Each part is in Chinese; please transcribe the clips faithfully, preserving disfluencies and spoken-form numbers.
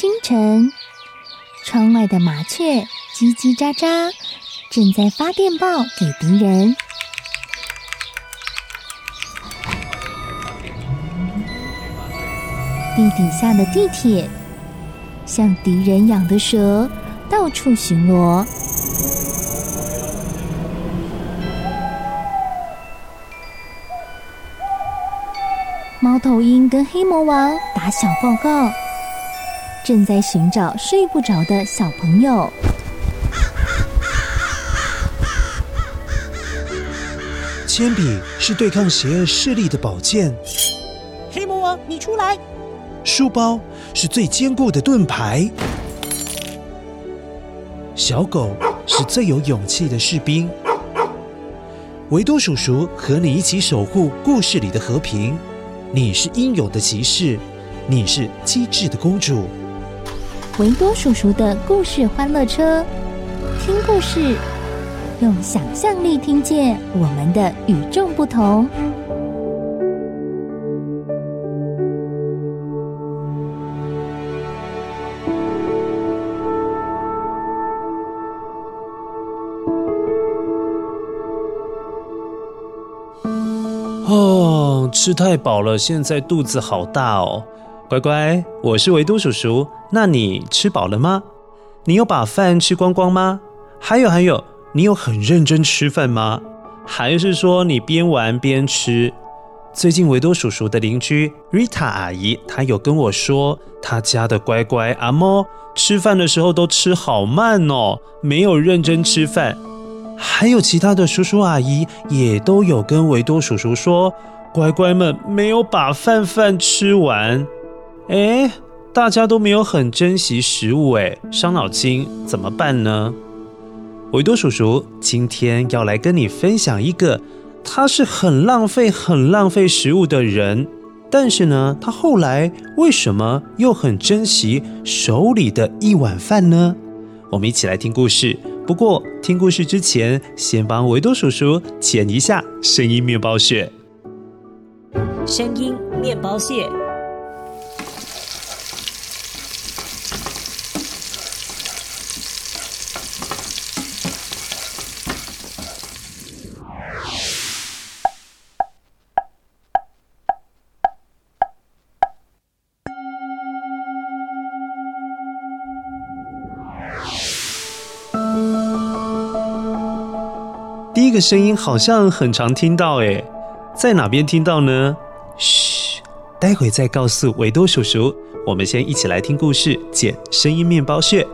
清晨，窗外的麻雀叽叽喳喳，正在发电报给敌人。地底下的地铁像敌人养的蛇，到处巡逻。猫头鹰跟黑魔王打小报告，正在寻找睡不着的小朋友。 铅笔是对抗邪恶势力的宝剑， 黑魔王，你出来！ 书包是最坚固的盾牌，小狗是最有勇气的士兵。维多叔叔和你一起守护故事里的和平。你是英勇的骑士，你是机智的公主。 维多叔叔的故事欢乐车，听故事，用想象力听见我们的与众不同。 哦，吃太饱了，现在肚子好大哦。乖乖，我是维多叔叔，那你吃饱了吗？你有把饭吃光光吗？还有还有，你有很认真吃饭吗？还是说你边玩边吃？最近维多叔叔的邻居 Rita 阿姨，她有跟我说，她家的乖乖阿嬷吃饭的时候都吃好慢哦，没有认真吃饭。还有其他的叔叔阿姨也都有跟维多叔叔说，乖乖们没有把饭饭吃完。诶，大家都没有很珍惜食物，诶，伤脑筋，怎么办呢？维多叔叔今天要来跟你分享一个，他是很浪费很浪费食物的人，但是呢，他后来为什么又很珍惜手里的一碗饭呢？我们一起来听故事。不过听故事之前，先帮维多叔叔剪一下声音面包屑。 声音面包屑。 第一个声音好像很常听到诶，在哪边听到呢？嘘，待会再告诉维多叔叔。我们先一起来听故事，剪声音面包屑。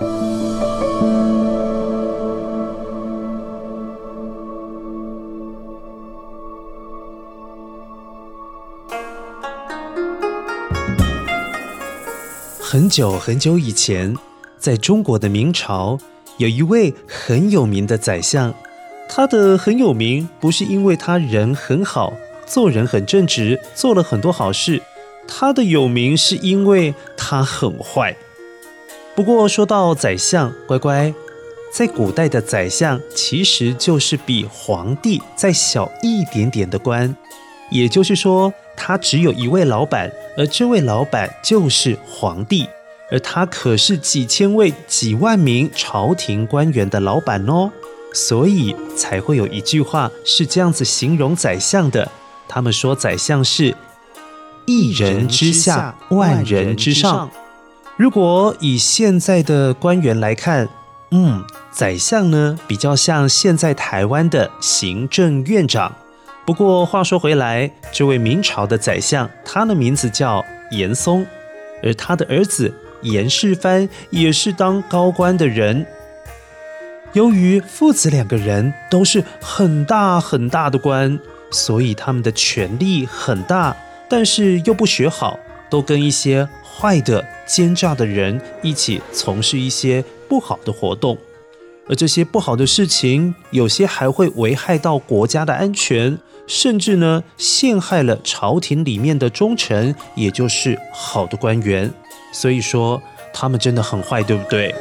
很久很久以前，在中国的明朝，有一位很有名的宰相。他的很有名，不是因为他人很好，做人很正直，做了很多好事。他的有名是因为他很坏。不过说到宰相，乖乖，在古代的宰相其实就是比皇帝再小一点点的官，也就是说，他只有一位老板，而这位老板就是皇帝，而他可是几千位、几万名朝廷官员的老板哦。所以才会有一句话是这样子形容宰相的，他们说宰相是一人之下，万人之上。如果以现在的官员来看，嗯，宰相呢比较像现在台湾的行政院长。不过话说回来，这位明朝的宰相，他的名字叫严嵩，而他的儿子严世蕃也是当高官的人。由于父子两个人都是很大很大的官，所以他们的权力很大，但是又不学好，都跟一些坏的奸诈的人一起从事一些不好的活动。而这些不好的事情，有些还会危害到国家的安全，甚至呢陷害了朝廷里面的忠臣，也就是好的官员。所以说他们真的很坏，对不对？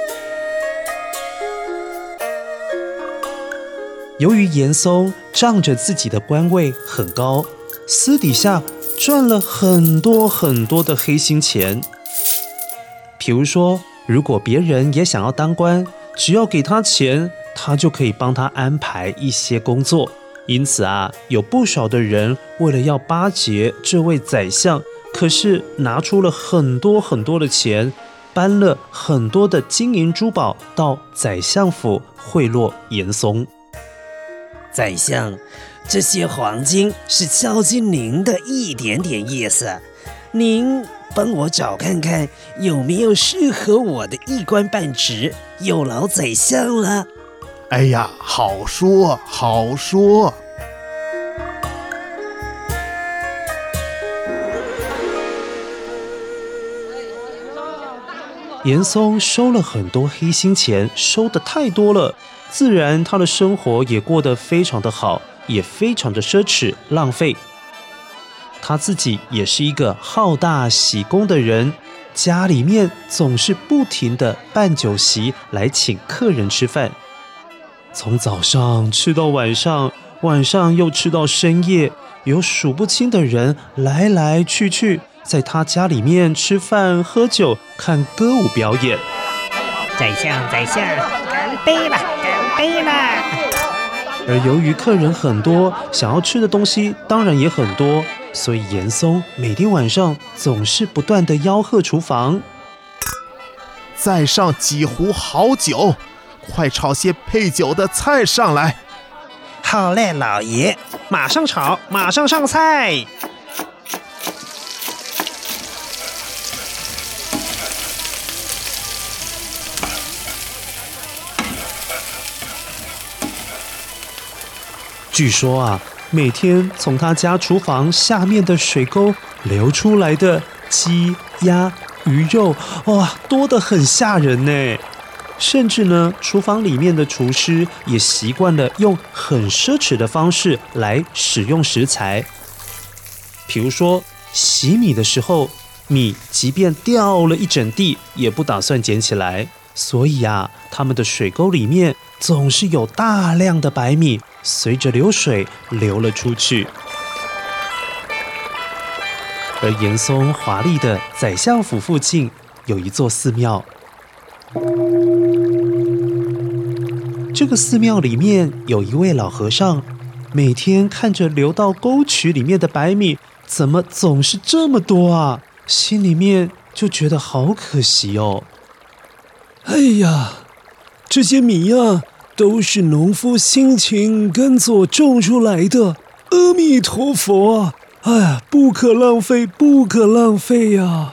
由于严嵩仗着自己的官位很高，私底下赚了很多很多的黑心钱， 比如说，如果别人也想要当官，只要给他钱，他就可以帮他安排一些工作。因此啊，有不少的人为了要巴结这位宰相，可是拿出了很多很多的钱，搬了很多的金银珠宝到宰相府贿赂严嵩。 宰相，这些黄金是孝敬您的一点点意思，您帮我找看看有没有适合我的一官半职，有劳宰相了。 哎呀，好说好说。 严嵩收了很多黑心钱，收的太多了，自然他的生活也过得非常的好，也非常的奢侈浪费。他自己也是一个好大喜功的人，家里面总是不停的办酒席来请客人吃饭，从早上吃到晚上，晚上又吃到深夜，有数不清的人来来去去，在他家里面吃饭喝酒看歌舞表演。 宰相宰相，干杯啦干杯啦！ 而由于客人很多，想要吃的东西当然也很多，所以严嵩每天晚上总是不断的吆喝厨房， 再上几壶好酒，快炒些配酒的菜上来。 好嘞，老爷， 马上炒，马上上菜。 据说啊，每天从他家厨房下面的水沟流出来的鸡、鸭、鱼肉，哇，多得很吓人呢。甚至呢，厨房里面的厨师也习惯了用很奢侈的方式来使用食材。比如说，洗米的时候，米即便掉了一整地，也不打算捡起来。所以啊，他们的水沟里面总是有大量的白米随着流水流了出去。而严嵩华丽的宰相府附近有一座寺庙，这个寺庙里面有一位老和尚，每天看着流到沟渠里面的白米，怎么总是这么多啊？心里面就觉得好可惜哦。 哎呀，这些米啊，都是农夫辛勤耕作种出来的。阿弥陀佛啊！哎呀，不可浪费，不可浪费呀、啊！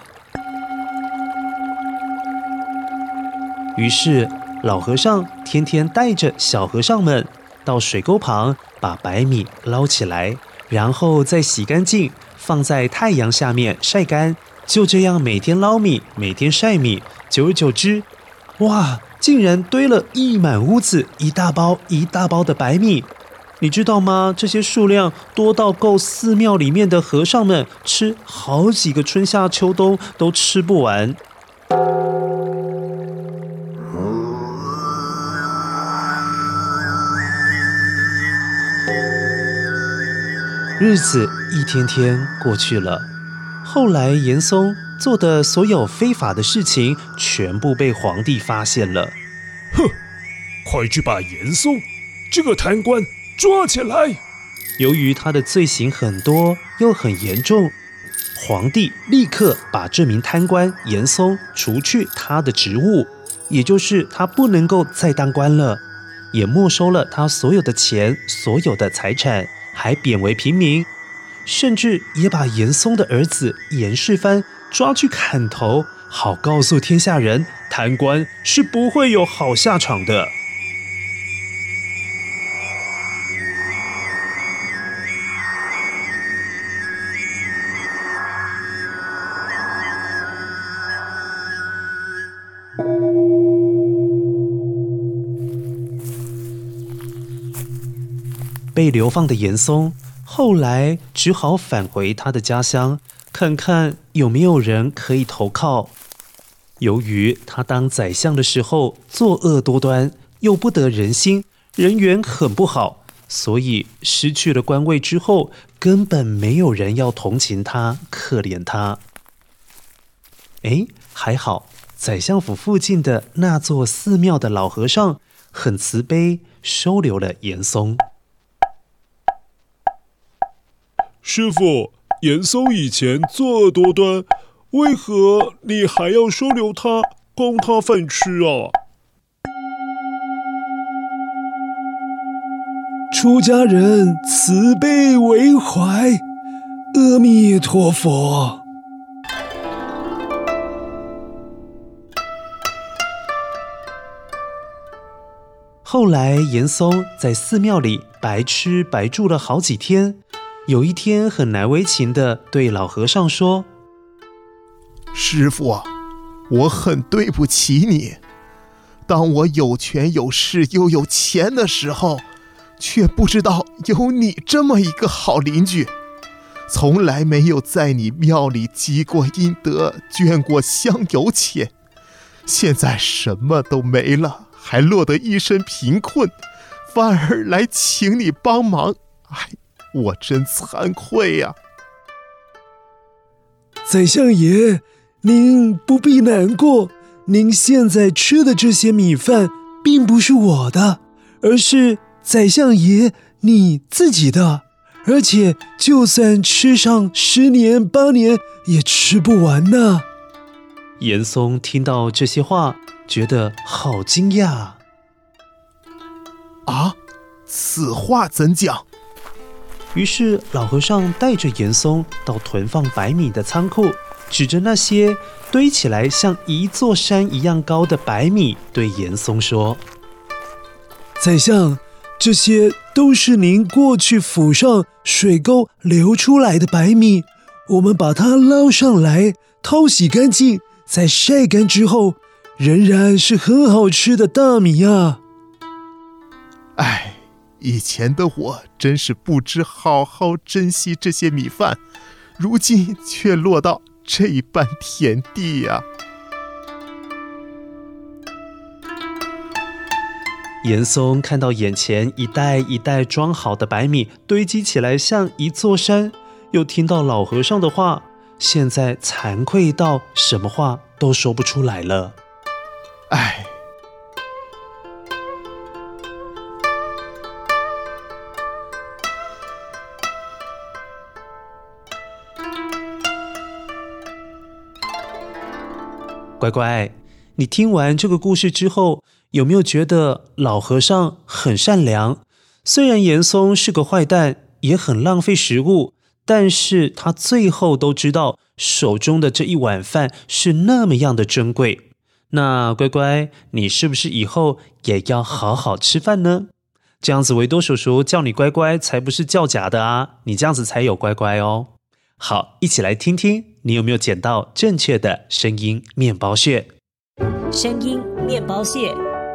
于是，老和尚天天带着小和尚们到水沟旁，把白米捞起来，然后再洗干净，放在太阳下面晒干。就这样每天捞米，每天晒米，久而久之，哇，竟然堆了一满屋子，一大包一大包的白米。你知道吗？这些数量多到够寺庙里面的和尚们吃好几个春夏秋冬都吃不完。日子一天天过去了，后来严嵩做的所有非法的事情全部被皇帝发现了。 哼，快去把严嵩这个贪官抓起来！ 由于他的罪行很多又很严重，皇帝立刻把这名贪官严嵩除去他的职务，也就是他不能够再当官了，也没收了他所有的钱、所有的财产，还贬为平民，甚至也把严嵩的儿子严世蕃抓去砍头，好告诉天下人，贪官是不会有好下场的。被流放的严嵩后来只好返回他的家乡，看看有没有人可以投靠。由于他当宰相的时候作恶多端，又不得人心，人缘很不好，所以失去了官位之后，根本没有人要同情他、可怜他。哎，还好， 宰相府附近的那座寺庙的老和尚很慈悲，收留了严嵩。 师傅，严嵩以前作恶多端，为何你还要收留他，供他饭吃啊？出家人慈悲为怀，阿弥陀佛。 后来严嵩在寺庙里白吃白住了好几天，有一天很难为情地对老和尚说： 师傅，我很对不起你，当我有权有势又有钱的时候，却不知道有你这么一个好邻居，从来没有在你庙里积过阴德，捐过香油钱，现在什么都没了，还落得一身贫困，反而来请你帮忙，哎，我真惭愧呀！ 宰相爷，您不必难过，您现在吃的这些米饭并不是我的，而是宰相爷你自己的，而且就算吃上十年八年也吃不完呢。 严嵩听到这些话，觉得好惊讶。 啊，此话怎讲？ 于是老和尚带着严嵩到囤放白米的仓库，指着那些堆起来像一座山一样高的白米，对严嵩说： 宰相，这些都是您过去府上水沟流出来的白米，我们把它捞上来，淘洗干净，再晒干之后，仍然是很好吃的大米啊。 哎，以前的我真是不知好好珍惜这些米饭，如今却落到这般田地呀。 严嵩看到眼前一袋一袋装好的白米堆积起来像一座山，又听到老和尚的话，现在惭愧到什么话都说不出来了。 哎， 乖乖，你听完这个故事之后，有没有觉得老和尚很善良？虽然严嵩是个坏蛋，也很浪费食物，但是他最后都知道手中的这一碗饭是那么样的珍贵。那乖乖，你是不是以后也要好好吃饭呢？这样子维多叔叔叫你乖乖才不是叫假的啊，你这样子才有乖乖哦。好，一起来听听你有没有捡到正确的声音面包屑。 声音面包屑。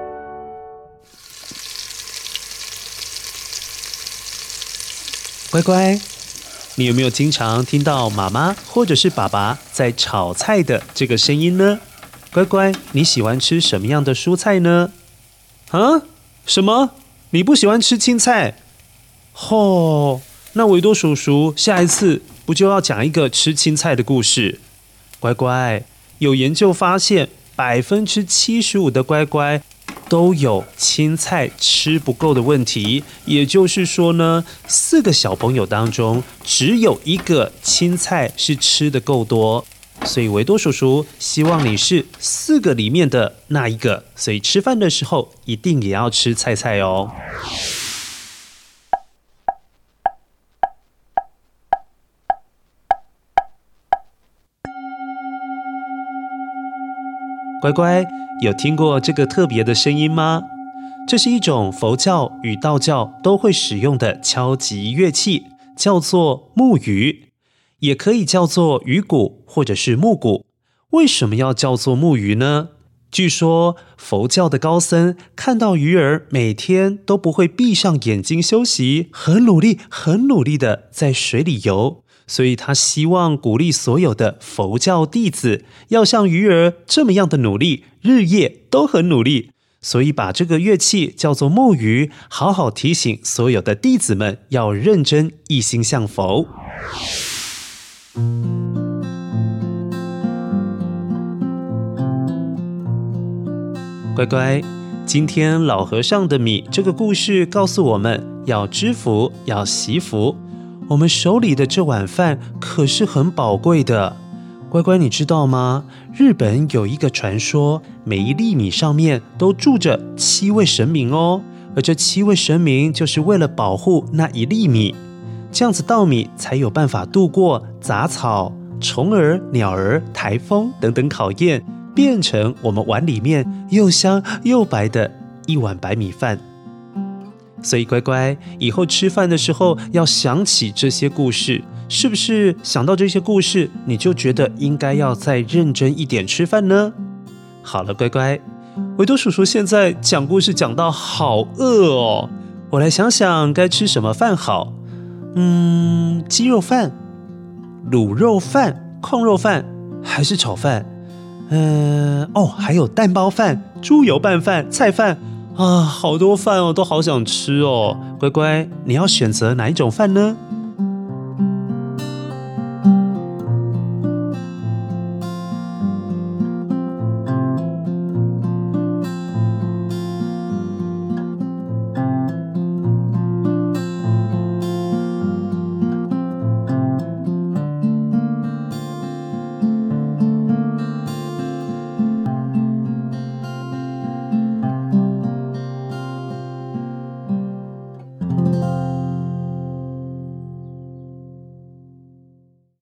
乖乖，你有没有经常听到妈妈或者是爸爸在炒菜的这个声音呢？乖乖，你喜欢吃什么样的蔬菜呢？啊？什么？你不喜欢吃青菜？哦，那维多叔叔下一次不就要讲一个吃青菜的故事？乖乖，有研究发现，百分之七十五的乖乖都有青菜吃不够的问题，也就是说呢，四个小朋友当中只有一个青菜是吃得够多，所以维多叔叔希望你是四个里面的那一个，所以吃饭的时候一定也要吃菜菜哦。乖乖，有听过这个特别的声音吗？这是一种佛教与道教都会使用的敲击乐器，叫做木鱼，也可以叫做鱼鼓或者是木鼓。为什么要叫做木鱼呢？据说佛教的高僧看到鱼儿每天都不会闭上眼睛休息，很努力很努力的在水里游，所以他希望鼓励所有的佛教弟子要像鱼儿这么样的努力，日夜都很努力，所以把这个乐器叫做木鱼，好好提醒所有的弟子们要认真一心向佛。 乖乖，今天老和尚的米这个故事告诉我们要知福，要惜福。我们手里的这碗饭可是很宝贵的。乖乖，你知道吗？日本有一个传说，每一粒米上面都住着七位神明哦，而这七位神明就是为了保护那一粒米，这样子稻米才有办法度过杂草、虫儿、鸟儿、台风等等考验，变成我们碗里面又香又白的一碗白米饭。所以乖乖，以后吃饭的时候要想起这些故事，是不是想到这些故事，你就觉得应该要再认真一点吃饭呢？好了，乖乖，维多叔叔现在讲故事讲到好饿哦，我来想想该吃什么饭好。嗯，鸡肉饭、卤肉饭、控肉饭还是炒饭？嗯、呃，哦，还有蛋包饭、猪油拌饭、菜饭啊，好多饭哦，都好想吃哦。乖乖，你要选择哪一种饭呢？